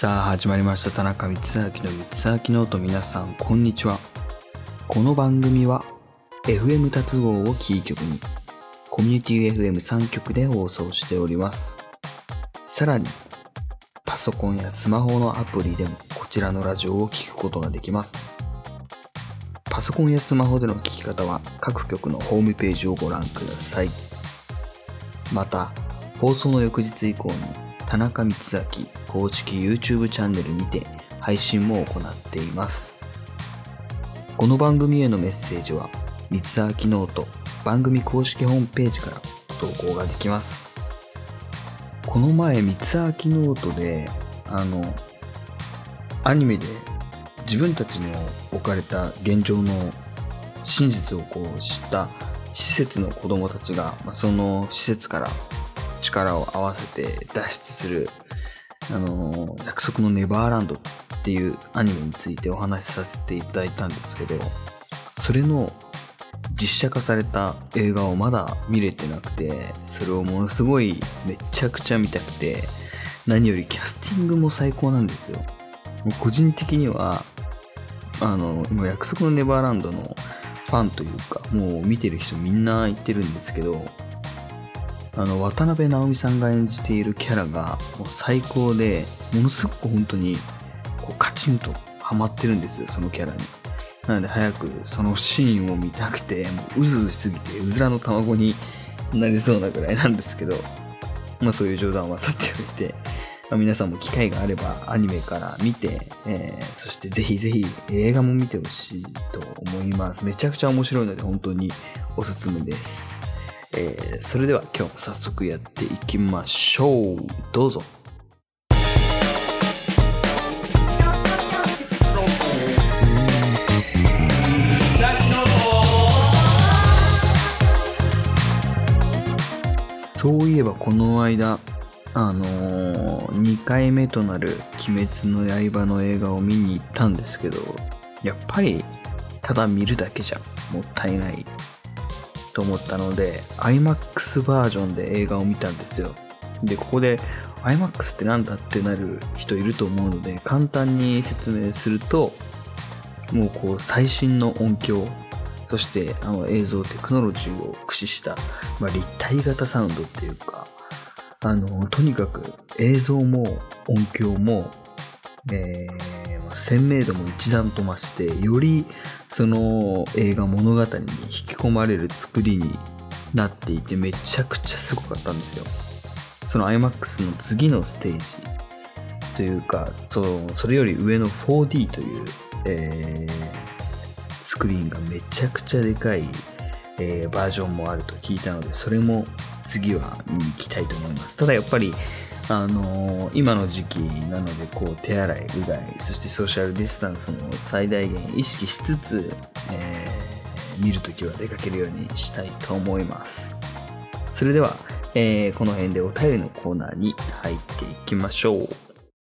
さあ始まりました田中光明の光明ノート。皆さんこんにちは。この番組は FM 達合をキー局にコミュニティ FM3 局で放送しております。さらにパソコンやスマホのアプリでもこちらのラジオを聞くことができます。パソコンやスマホでの聞き方は各局のホームページをご覧ください。また放送の翌日以降に田中光明公式 YouTube チャンネルにて配信も行っています。この番組へのメッセージは光明ノート番組公式ホームページから投稿ができます。この前光明ノートでアニメで自分たちの置かれた現状の真実を知った施設の子供たちが、その施設から力を合わせて脱出する約束のネバーランドっていうアニメについてお話しさせていただいたんですけど、それの実写化された映画をまだ見れてなくて、それをものすごいめちゃくちゃ見たくて、何よりキャスティングも最高なんですよ。もう個人的には今約束のネバーランドのファンというか、もう見てる人みんな言ってるんですけど、渡辺直美さんが演じているキャラがもう最高で、ものすごく本当にカチンとハマってるんですよ、そのキャラに。なので早くそのシーンを見たくて、もううずうずしすぎてうずらの卵になりそうなぐらいなんですけど、そういう冗談はさておいて、皆さんも機会があればアニメから見て、そしてぜひぜひ映画も見てほしいと思います。めちゃくちゃ面白いので本当におすすめです。それでは今日も早速やっていきましょう。どうぞ。そういえばこの間2回目となる鬼滅の刃の映画を見に行ったんですけど、やっぱりただ見るだけじゃもったいないと思ったので IMAX バージョンで映画を見たんですよ。でここで IMAX ってなんだってなる人いると思うので、簡単に説明すると、もう最新の音響、そして映像テクノロジーを駆使した、立体型サウンドっていうか、とにかく映像も音響も、鮮明度も一段と増して、よりその映画物語に引き込まれる作りになっていて、めちゃくちゃすごかったんですよ。その IMAX の次のステージというか、それより上の 4D という、スクリーンがめちゃくちゃでかい、バージョンもあると聞いたので、それも次は見に行きたいと思います。ただやっぱり今の時期なので手洗いうがい、そしてソーシャルディスタンスも最大限意識しつつ、見るときは出かけるようにしたいと思います。それでは、この辺でお便りのコーナーに入っていきましょう。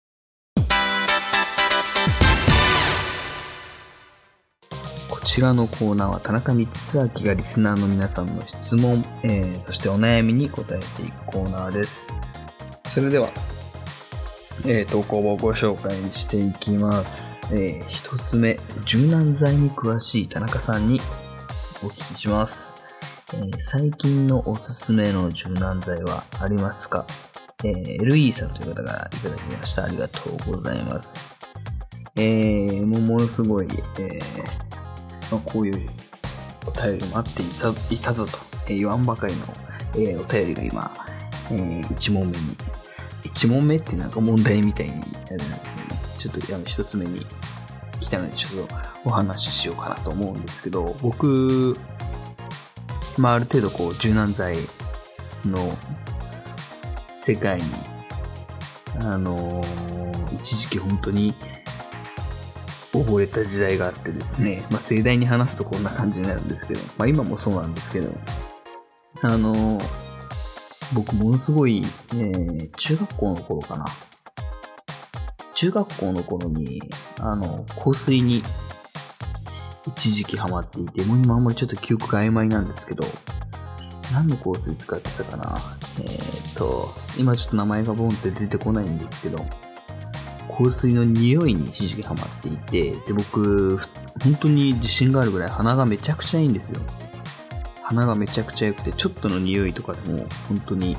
こちらのコーナーは田中光明がリスナーの皆さんの質問、そしてお悩みに答えていくコーナーです。それでは、投稿をご紹介していきます。一つ目、柔軟剤に詳しい田中さんにお聞きします。最近のおすすめの柔軟剤はありますか？LE さんという方がいただきました。ありがとうございます。ものすごい、こういうお便りもあっていたぞと言わんばかりの、お便りが今、1問目に1問目ってなんか問題みたいになるんですけどね、ちょっと1つ目に来たのでちょっとお話ししようかなと思うんですけど、僕、ある程度柔軟剤の世界に一時期本当に溺れた時代があってですね、盛大に話すとこんな感じになるんですけど、今もそうなんですけど、僕ものすごい、中学校の頃かな。中学校の頃に、香水に一時期ハマっていて、もう今あんまりちょっと記憶が曖昧なんですけど、何の香水使ってたかな。今ちょっと名前がボンって出てこないんですけど、香香水の匂いに一時期ハマっていて、で、僕、本当に自信があるぐらい鼻がめちゃくちゃいいんですよ。鼻がめちゃくちゃ良くて、ちょっとの匂いとかでも本当に、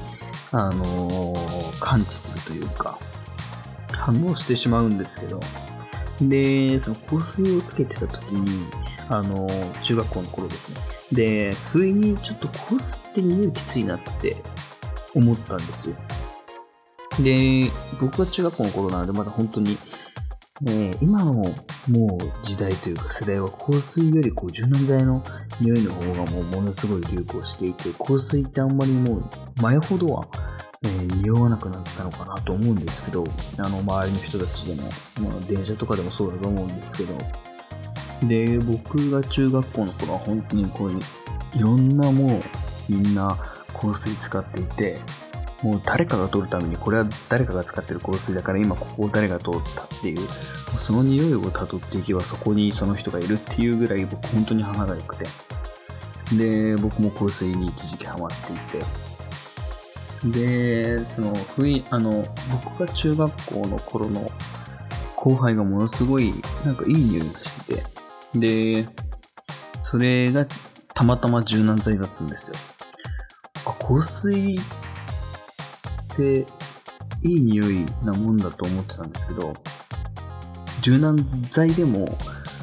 感知するというか、反応してしまうんですけど、で、その香水をつけてた時に、中学校の頃ですね。で、不意にちょっと香水って匂いきついなって思ったんですよ。で、僕が中学校の頃なので、まだ本当に、今のもう時代というか世代は香水より柔軟剤の匂いの方がものすごい流行していて、香水ってあんまりもう前ほどは、匂わなくなったのかなと思うんですけど、周りの人たちでも、電車とかでもそうだと思うんですけど、で、僕が中学校の頃は本当にいろんなみんな香水使っていて、もう誰かが通るためにこれは誰かが使ってる香水だから今ここを誰が通ったっていう、その匂いを辿っていけばそこにその人がいるっていうぐらい僕本当に鼻が良くて、で、僕も香水に一時期ハマっていて、で、僕が中学校の頃の後輩がものすごいいい匂いがしてて、で、それがたまたま柔軟剤だったんですよ。香水っていい匂いなもんだと思ってたんですけど、柔軟剤でも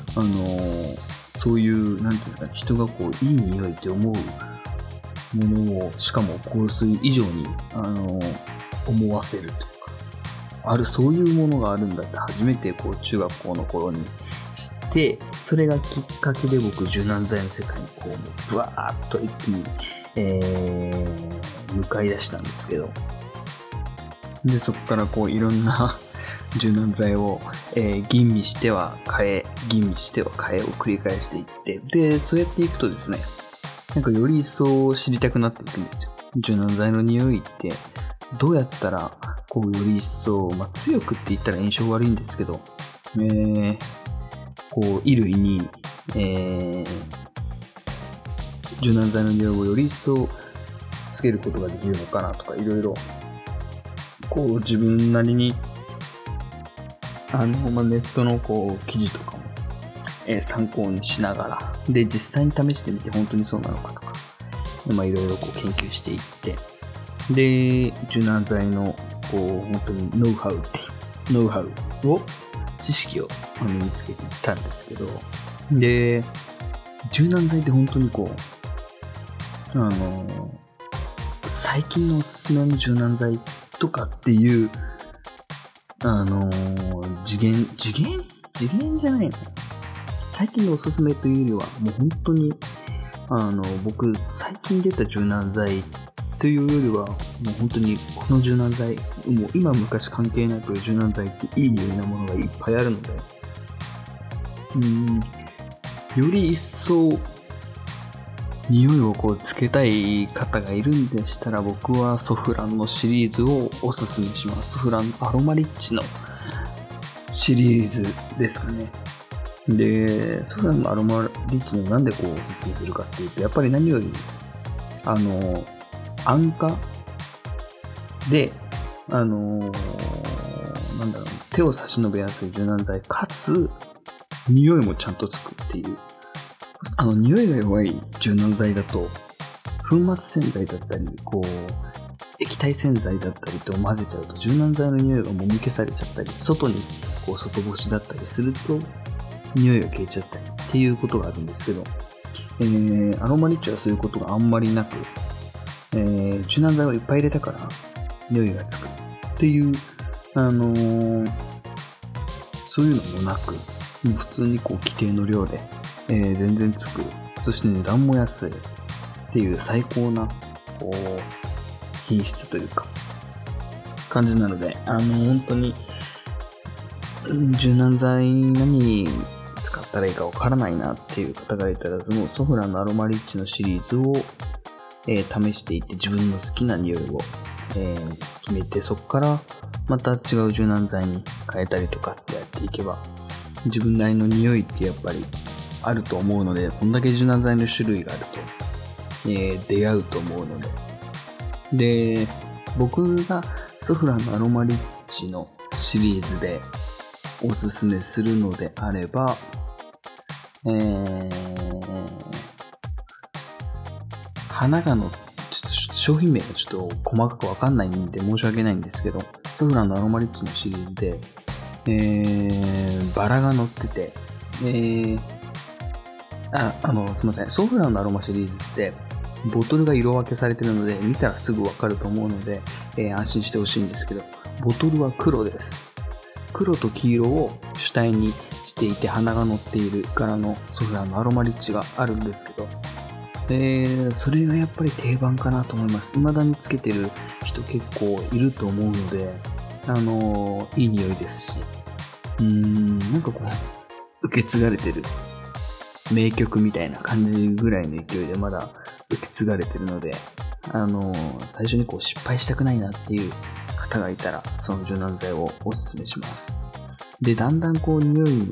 そういうなんていうんですかね、人がいい匂いって思うものを、しかも香水以上に思わせるというか、そういうものがあるんだって初めて中学校の頃に知って、それがきっかけで僕柔軟剤の世界にブワーッと一気に、向かい出したんですけど、でそこからいろんな柔軟剤を、吟味しては変え吟味しては変えを繰り返していって、でそうやっていくとですね、より一層知りたくなっていくんですよ。柔軟剤の匂いってどうやったらより一層、強くって言ったら印象悪いんですけど、衣類に、柔軟剤の匂いをより一層つけることができるのかなとか、いろいろ自分なりにネットの記事とかも、参考にしながら、で実際に試してみて本当にそうなのかとか、いろいろ研究していって、で柔軟剤の本当にノウハウを知識を身につけていったんですけど、で柔軟剤って本当に最近のおすすめの柔軟剤とかっていう次元じゃないの。最近のおすすめというよりはもう本当に僕最近出た柔軟剤というよりはもう本当にこの柔軟剤、もう今昔関係なく柔軟剤っていい匂いなものがいっぱいあるので、より一層匂いをつけたい方がいるんでしたら、僕はソフランのシリーズをおすすめします。ソフランアロマリッチのシリーズですかね。で、ソフランのアロマリッチのなんでおすすめするかっていうと、やっぱり何より安価で手を差し伸べやすい柔軟剤かつ匂いもちゃんとつくっていう。匂いが弱い柔軟剤だと粉末洗剤だったり液体洗剤だったりと混ぜちゃうと柔軟剤の匂いがもみ消されちゃったり、外に外干しだったりすると匂いが消えちゃったりっていうことがあるんですけど、アロマリッチはそういうことがあんまりなく、柔軟剤をいっぱい入れたから匂いがつくっていう、そういうのもなく、もう普通に規定の量で、全然つく、そして値段も安いっていう最高な品質というか感じなので、本当に柔軟剤何使ったらいいかわからないなっていう方がいたら、そのソフランのアロマリッチのシリーズを、試していって自分の好きな匂いを、決めて、そこからまた違う柔軟剤に変えたりとかってやっていけば、自分なりの匂いってやっぱりあると思うので、こんだけ柔軟剤の種類があると、出会うと思うので、僕がソフランのアロマリッチのシリーズでおすすめするのであれば、花がの、ちょっと商品名がちょっと細かくわかんないんで申し訳ないんですけど、ソフランのアロマリッチのシリーズで、バラが乗ってて、すいません、ソフランのアロマシリーズって、ボトルが色分けされてるので、見たらすぐわかると思うので、安心してほしいんですけど、ボトルは黒です。黒と黄色を主体にしていて、花が乗っている柄のソフランのアロマリッチがあるんですけど、それがやっぱり定番かなと思います。未だにつけてる人結構いると思うので、いい匂いですし、なんかこう、受け継がれてる名曲みたいな感じぐらいの勢いでまだ受け継がれてるので、最初にこう失敗したくないなっていう方がいたら、その柔軟剤をおすすめします。で、だんだんこう匂いに、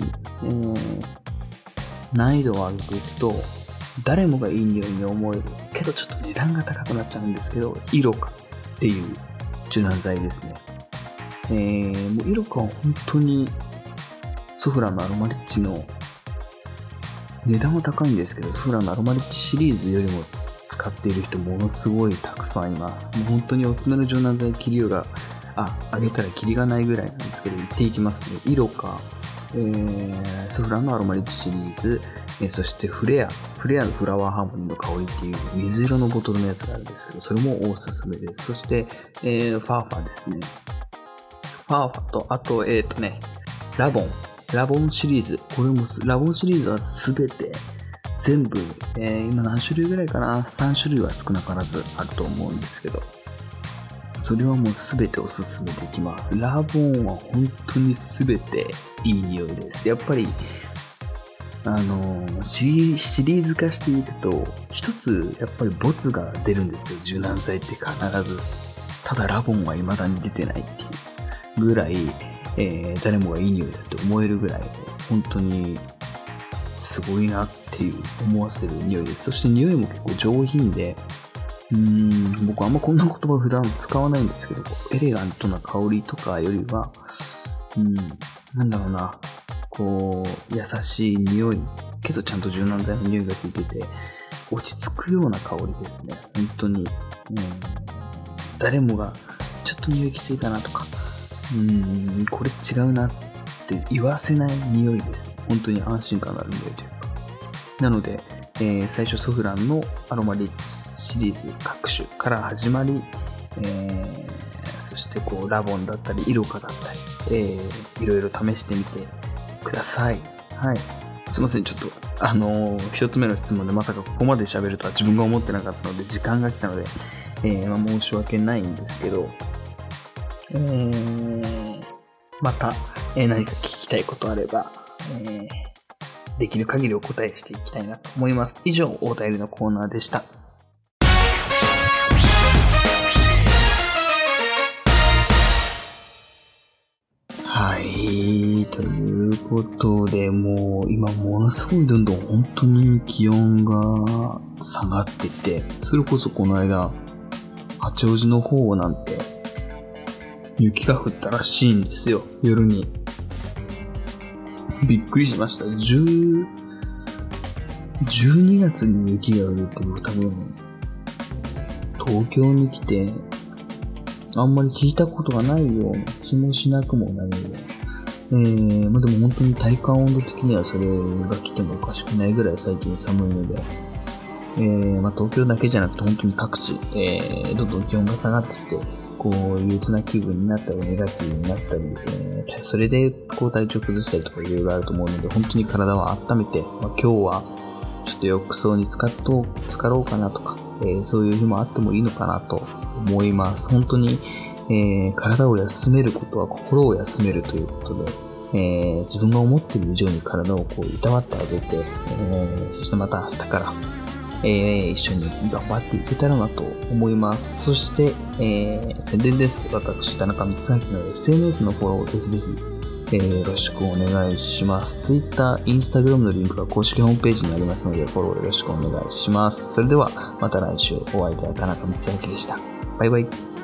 難易度を上げていくと、誰もがいい匂いに思えるけどちょっと値段が高くなっちゃうんですけど、イロカっていう柔軟剤ですね。もうイロカは本当にソフランのアロマリッチの値段は高いんですけど、ソフランのアロマリッチシリーズよりも使っている人ものすごいたくさんいます。もう本当におすすめの柔軟剤切りようがあげたらキリがないぐらいなんですけど、言っていきますね。イロカ、ソフランのアロマリッチシリーズ、そしてフレアのフラワーハーモニーの香りっていう水色のボトルのやつがあるんですけど、それもおすすめです。そして、ファーファですね。ファーファと、あと、ラボンシリーズ。これも、ラボンシリーズはすべて、全部、今何種類ぐらいかな ?3 種類は少なからずあると思うんですけど、それはもうすべておすすめできます。ラボンは本当にすべていい匂いです。やっぱり、シリーズ化していくと、一つやっぱりボツが出るんですよ。柔軟剤って必ず。ただラボンは未だに出てないっていうぐらい、誰もがいい匂いだって思えるぐらい、本当にすごいなっていう思わせる匂いです。そして匂いも結構上品で、僕あんまこんな言葉普段使わないんですけど、エレガントな香りとかよりは、なんだろうな、こう優しい匂いけどちゃんと柔軟剤の匂いがついてて落ち着くような香りですね。本当に、誰もがちょっと匂いきついかなとか、これ違うなって言わせない匂いです。本当に安心感のある匂いというか。なので、最初ソフランのアロマリッチシリーズ各種から始まり、そしてこうラボンだったりイロカだったり、いろいろ試してみてください。はい。すいません、ちょっと一つ目の質問でまさかここまで喋るとは自分が思ってなかったので時間が来たので、申し訳ないんですけど、また、何か聞きたいことあれば、できる限りお答えしていきたいなと思います。以上、お便りのコーナーでした。はい、ということで、もう今ものすごいどんどん本当に気温が下がってて、それこそこの間、八王子の方なんて雪が降ったらしいんですよ、夜に。びっくりしました。12月に雪が降るって僕多分、東京に来て、あんまり聞いたことがないような気もしなくもないような。でも本当に体感温度的にはそれが来てもおかしくないぐらい最近寒いので、東京だけじゃなくて本当に各地、どんどん気温が下がってきて、こう憂鬱な気分になったりネガティブになったり、それでこう体調崩したりとかいろいろあると思うので、本当に体を温めて、今日はちょっと浴槽に浸かろうかなとか、そういう日もあってもいいのかなと思います。本当に、体を休めることは心を休めるということで、自分が思っている以上に体をこういたわってあげて、そしてまた明日から一緒に頑張っていけたらなと思います。そして、宣伝です。私、田中光明の SNS のフォローをぜひぜひ、よろしくお願いします。Twitter、Instagram のリンクが公式ホームページにありますので、フォローよろしくお願いします。それでは、また来週お会いいたい田中光明でした。バイバイ。